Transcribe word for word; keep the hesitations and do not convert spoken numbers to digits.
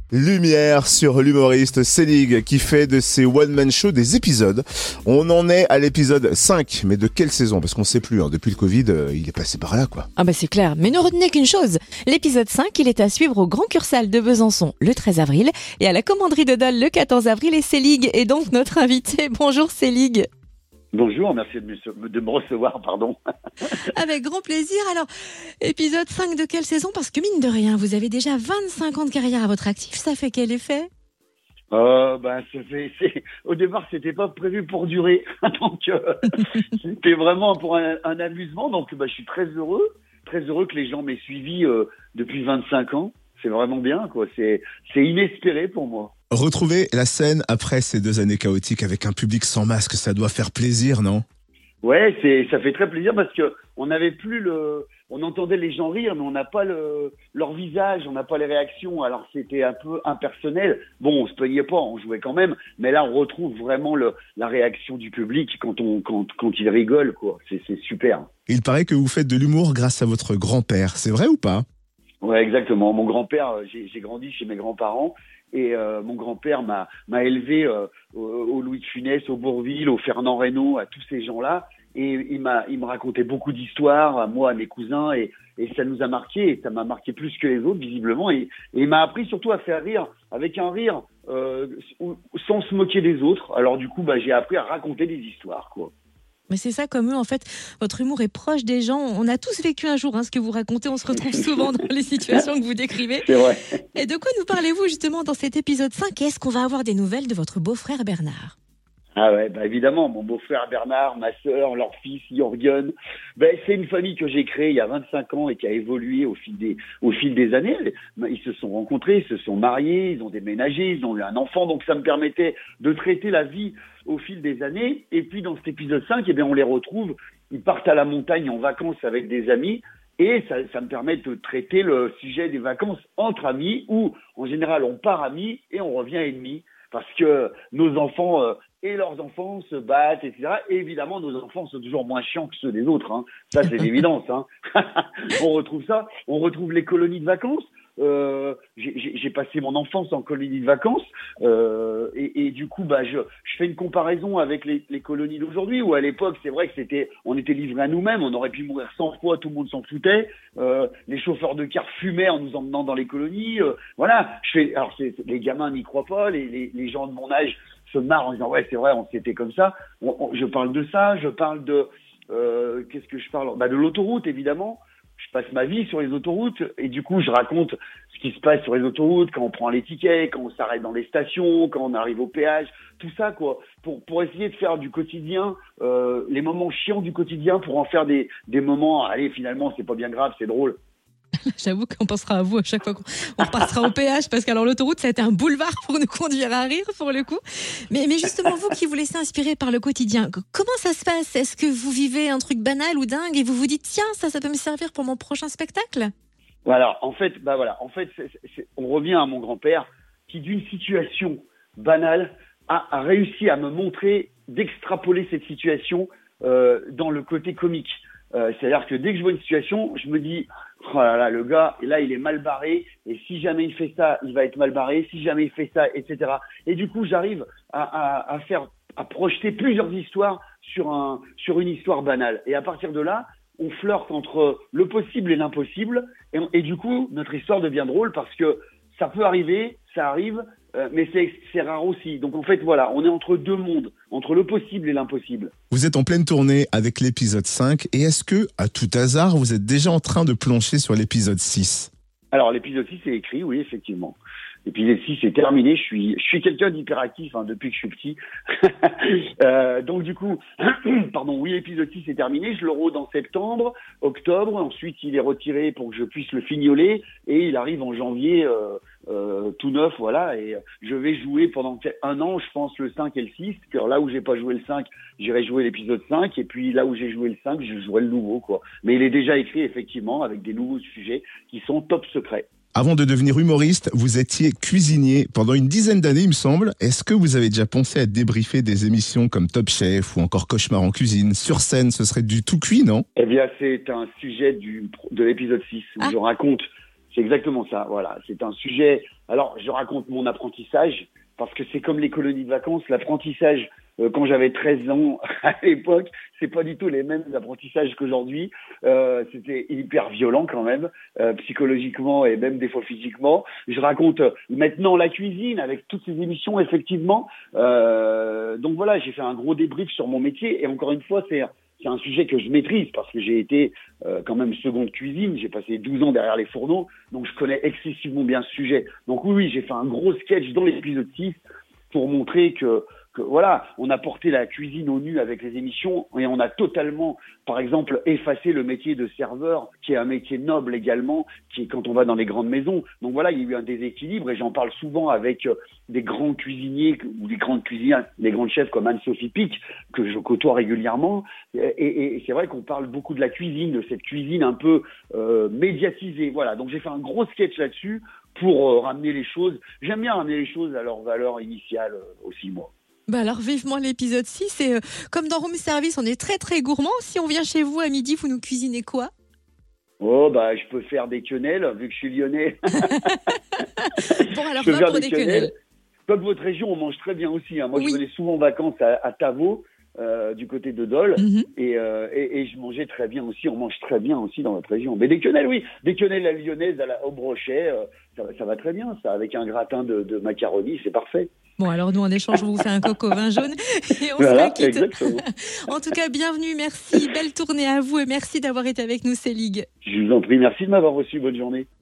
Lumière sur l'humoriste Selig qui fait de ses one-man shows des épisodes. On en est à l'épisode cinq, mais de quelle saison? Parce qu'on sait plus, hein. Depuis le Covid, euh, il est passé par là, quoi. Ah bah c'est clair, mais ne retenez qu'une chose. L'épisode cinq, il est à suivre au Grand Cursal de Besançon le treize avril et à la Commanderie de Dole le quatorze avril, et Selig est donc notre invité. Bonjour Selig. Bonjour, merci de me, de me recevoir, pardon. Avec grand plaisir. Alors, épisode cinq de quelle saison? Parce que mine de rien, vous avez déjà vingt-cinq ans de carrière à votre actif, ça fait quel effet? Euh, ben, ça fait, c'est, au départ, c'était pas prévu pour durer, donc euh, c'était vraiment pour un, un amusement, donc ben, je suis très heureux, très heureux que les gens m'aient suivi euh, depuis vingt-cinq ans. C'est vraiment bien, quoi. C'est, c'est inespéré pour moi. Retrouver la scène après ces deux années chaotiques avec un public sans masque, ça doit faire plaisir, non? Ouais, c'est, ça fait très plaisir parce que on n'avait plus le, on entendait les gens rire, mais on n'a pas le, leur visage, on n'a pas les réactions. Alors c'était un peu impersonnel. Bon, on se plaignait pas, on jouait quand même, mais là on retrouve vraiment le, la réaction du public quand on, quand, quand il rigole, quoi. C'est, c'est super. Il paraît que vous faites de l'humour grâce à votre grand-père. C'est vrai ou pas? Ouais, exactement. Mon grand-père, j'ai, j'ai grandi chez mes grands-parents. Et euh, mon grand-père m'a, m'a élevé euh, au, au Louis de Funès, au Bourvil, au Fernand Reynaud, à tous ces gens-là. Et il m'a, il me racontait beaucoup d'histoires, à moi, à mes cousins, et, et ça nous a marqué, et ça m'a marqué plus que les autres, visiblement. Et, et il m'a appris surtout à faire rire, avec un rire euh, sans se moquer des autres. Alors du coup, bah, j'ai appris à raconter des histoires, quoi. Mais c'est ça, comme eux, en fait, votre humour est proche des gens. On a tous vécu un jour hein, ce que vous racontez, on se retrouve souvent dans les situations que vous décrivez. C'est vrai. Et de quoi nous parlez-vous justement dans cet épisode cinq? Est-ce qu'on va avoir des nouvelles de votre beau-frère Bernard? Ah ouais, bah évidemment, mon beau-frère Bernard, ma sœur, leur fils Jürgen, ben c'est une famille que j'ai créée il y a vingt-cinq ans et qui a évolué au fil des au fil des années. Ils se sont rencontrés, ils se sont mariés, ils ont déménagé, ils ont eu un enfant, donc ça me permettait de traiter la vie au fil des années. Et puis dans cet épisode cinq, eh bien on les retrouve, ils partent à la montagne en vacances avec des amis. Et ça, ça me permet de traiter le sujet des vacances entre amis, où en général on part amis et on revient ennemis, parce que nos enfants euh, et leurs enfants se battent, et cetera. Et évidemment, nos enfants sont toujours moins chiants que ceux des autres. Hein. Ça, c'est l'évidence. Hein. On retrouve ça. On retrouve les colonies de vacances. Euh, j'ai, j'ai passé mon enfance en colonie de vacances euh, et, et du coup bah je, je fais une comparaison avec les, les colonies d'aujourd'hui où à l'époque c'est vrai que c'était on était livrés à nous-mêmes, on aurait pu mourir cent fois, tout le monde s'en foutait, euh, les chauffeurs de car fumaient en nous emmenant dans les colonies, euh, voilà. Je fais alors c'est, les gamins n'y croient pas, les, les, les gens de mon âge se marrent en disant ouais c'est vrai on s'était comme ça. On, on, je parle de ça, je parle de euh, qu'est-ce que je parle bah de l'autoroute évidemment. Je passe ma vie sur les autoroutes et du coup je raconte ce qui se passe sur les autoroutes quand on prend les tickets, quand on s'arrête dans les stations, quand on arrive au péage, tout ça quoi, pour pour essayer de faire du quotidien euh, les moments chiants du quotidien pour en faire des des moments allez finalement c'est pas bien grave, c'est drôle. J'avoue qu'on pensera à vous à chaque fois qu'on on repassera au péage, parce qu'alors l'autoroute, ça a été un boulevard pour nous conduire à rire, pour le coup. Mais, mais justement, vous qui vous laissez inspirer par le quotidien, comment ça se passe? Est-ce que vous vivez un truc banal ou dingue et vous vous dites, tiens, ça, ça peut me servir pour mon prochain spectacle? Voilà, en fait, bah voilà, en fait, c'est, c'est, on revient à mon grand-père qui, d'une situation banale, a, a réussi à me montrer d'extrapoler cette situation euh, dans le côté comique. Euh, c'est-à-dire que dès que je vois une situation, je me dis oh là là, le gars, là, il est mal barré, et si jamais il fait ça, il va être mal barré, si jamais il fait ça, et cetera. Et du coup, j'arrive à, à, à faire, à projeter plusieurs histoires sur un, sur une histoire banale. Et à partir de là, on flirte entre le possible et l'impossible, et, et du coup, notre histoire devient drôle parce que ça peut arriver, ça arrive, euh, mais c'est, c'est rare aussi. Donc en fait, voilà, on est entre deux mondes, entre le possible et l'impossible. Vous êtes en pleine tournée avec l'épisode cinq, et est-ce que, à tout hasard, vous êtes déjà en train de plancher sur l'épisode six? Alors l'épisode six est écrit, oui, effectivement. L'épisode six est terminé, je suis, je suis quelqu'un d'hyperactif hein, depuis que je suis petit. euh, donc du coup, pardon, oui, l'épisode six est terminé, je le rôde en septembre, octobre, ensuite il est retiré pour que je puisse le fignoler, et il arrive en janvier euh, euh, tout neuf, voilà, et je vais jouer pendant un an, je pense, le cinq et le six, car là où j'ai pas joué le cinq, j'irai jouer l'épisode cinq, et puis là où j'ai joué le cinq, je jouerai le nouveau, quoi. Mais il est déjà écrit, effectivement, avec des nouveaux sujets qui sont top secrets. Avant de devenir humoriste, vous étiez cuisinier pendant une dizaine d'années, il me semble. Est-ce que vous avez déjà pensé à débriefer des émissions comme Top Chef ou encore Cauchemar en cuisine? Sur scène, ce serait du tout cuit, non? Eh bien, c'est un sujet du, de l'épisode six où ah. je raconte C'est exactement ça, voilà. C'est un sujet... Alors, je raconte mon apprentissage, parce que c'est comme les colonies de vacances. L'apprentissage, euh, quand j'avais treize ans, à l'époque, c'est pas du tout les mêmes apprentissages qu'aujourd'hui. Euh, c'était hyper violent quand même, euh, psychologiquement et même des fois physiquement. Je raconte euh, maintenant la cuisine avec toutes ces émissions, effectivement. Euh, donc voilà, j'ai fait un gros débrief sur mon métier. Et encore une fois, c'est... C'est un sujet que je maîtrise parce que j'ai été euh, quand même seconde cuisine. J'ai passé douze ans derrière les fourneaux, donc je connais excessivement bien ce sujet. Donc oui, oui, j'ai fait un gros sketch dans l'épisode six pour montrer que, que voilà, on a porté la cuisine au nu avec les émissions et on a totalement, par exemple, effacé le métier de serveur, qui est un métier noble également, qui est quand on va dans les grandes maisons. Donc voilà, il y a eu un déséquilibre et j'en parle souvent avec euh, des grands cuisiniers ou des grandes cuisinières, des grandes chefs comme Anne-Sophie Pic, que je côtoie régulièrement. Et, et, et c'est vrai qu'on parle beaucoup de la cuisine, de cette cuisine un peu euh, médiatisée. Voilà, donc j'ai fait un gros sketch là-dessus pour euh, ramener les choses. J'aime bien ramener les choses à leur valeur initiale euh, aussi, moi. Bah alors vivement l'épisode six. Et euh, comme dans Room Service, on est très très gourmand. Si on vient chez vous à midi, vous nous cuisinez quoi? Oh, bah, je peux faire des quenelles, vu que je suis lyonnais. Bon, alors je peux va faire pour des quenelles. Comme votre région, on mange très bien aussi. Hein. Moi, Oui. je venais souvent en vacances à, à Tavaux, euh, du côté de Dole, Mm-hmm. et, euh, et, et je mangeais très bien aussi. On mange très bien aussi dans votre région. Mais des quenelles, oui. Des quenelles à la lyonnaise, à la, au brochet, euh, ça, ça va très bien, ça. Avec un gratin de, de macaroni, c'est parfait. Bon, alors nous, en échange, on vous fait un coq au vin jaune et on Voilà, se quitte. exactement. En tout cas, bienvenue, merci. Belle tournée à vous et merci d'avoir été avec nous, Célig. Je vous en prie. Merci de m'avoir reçu. Bonne journée.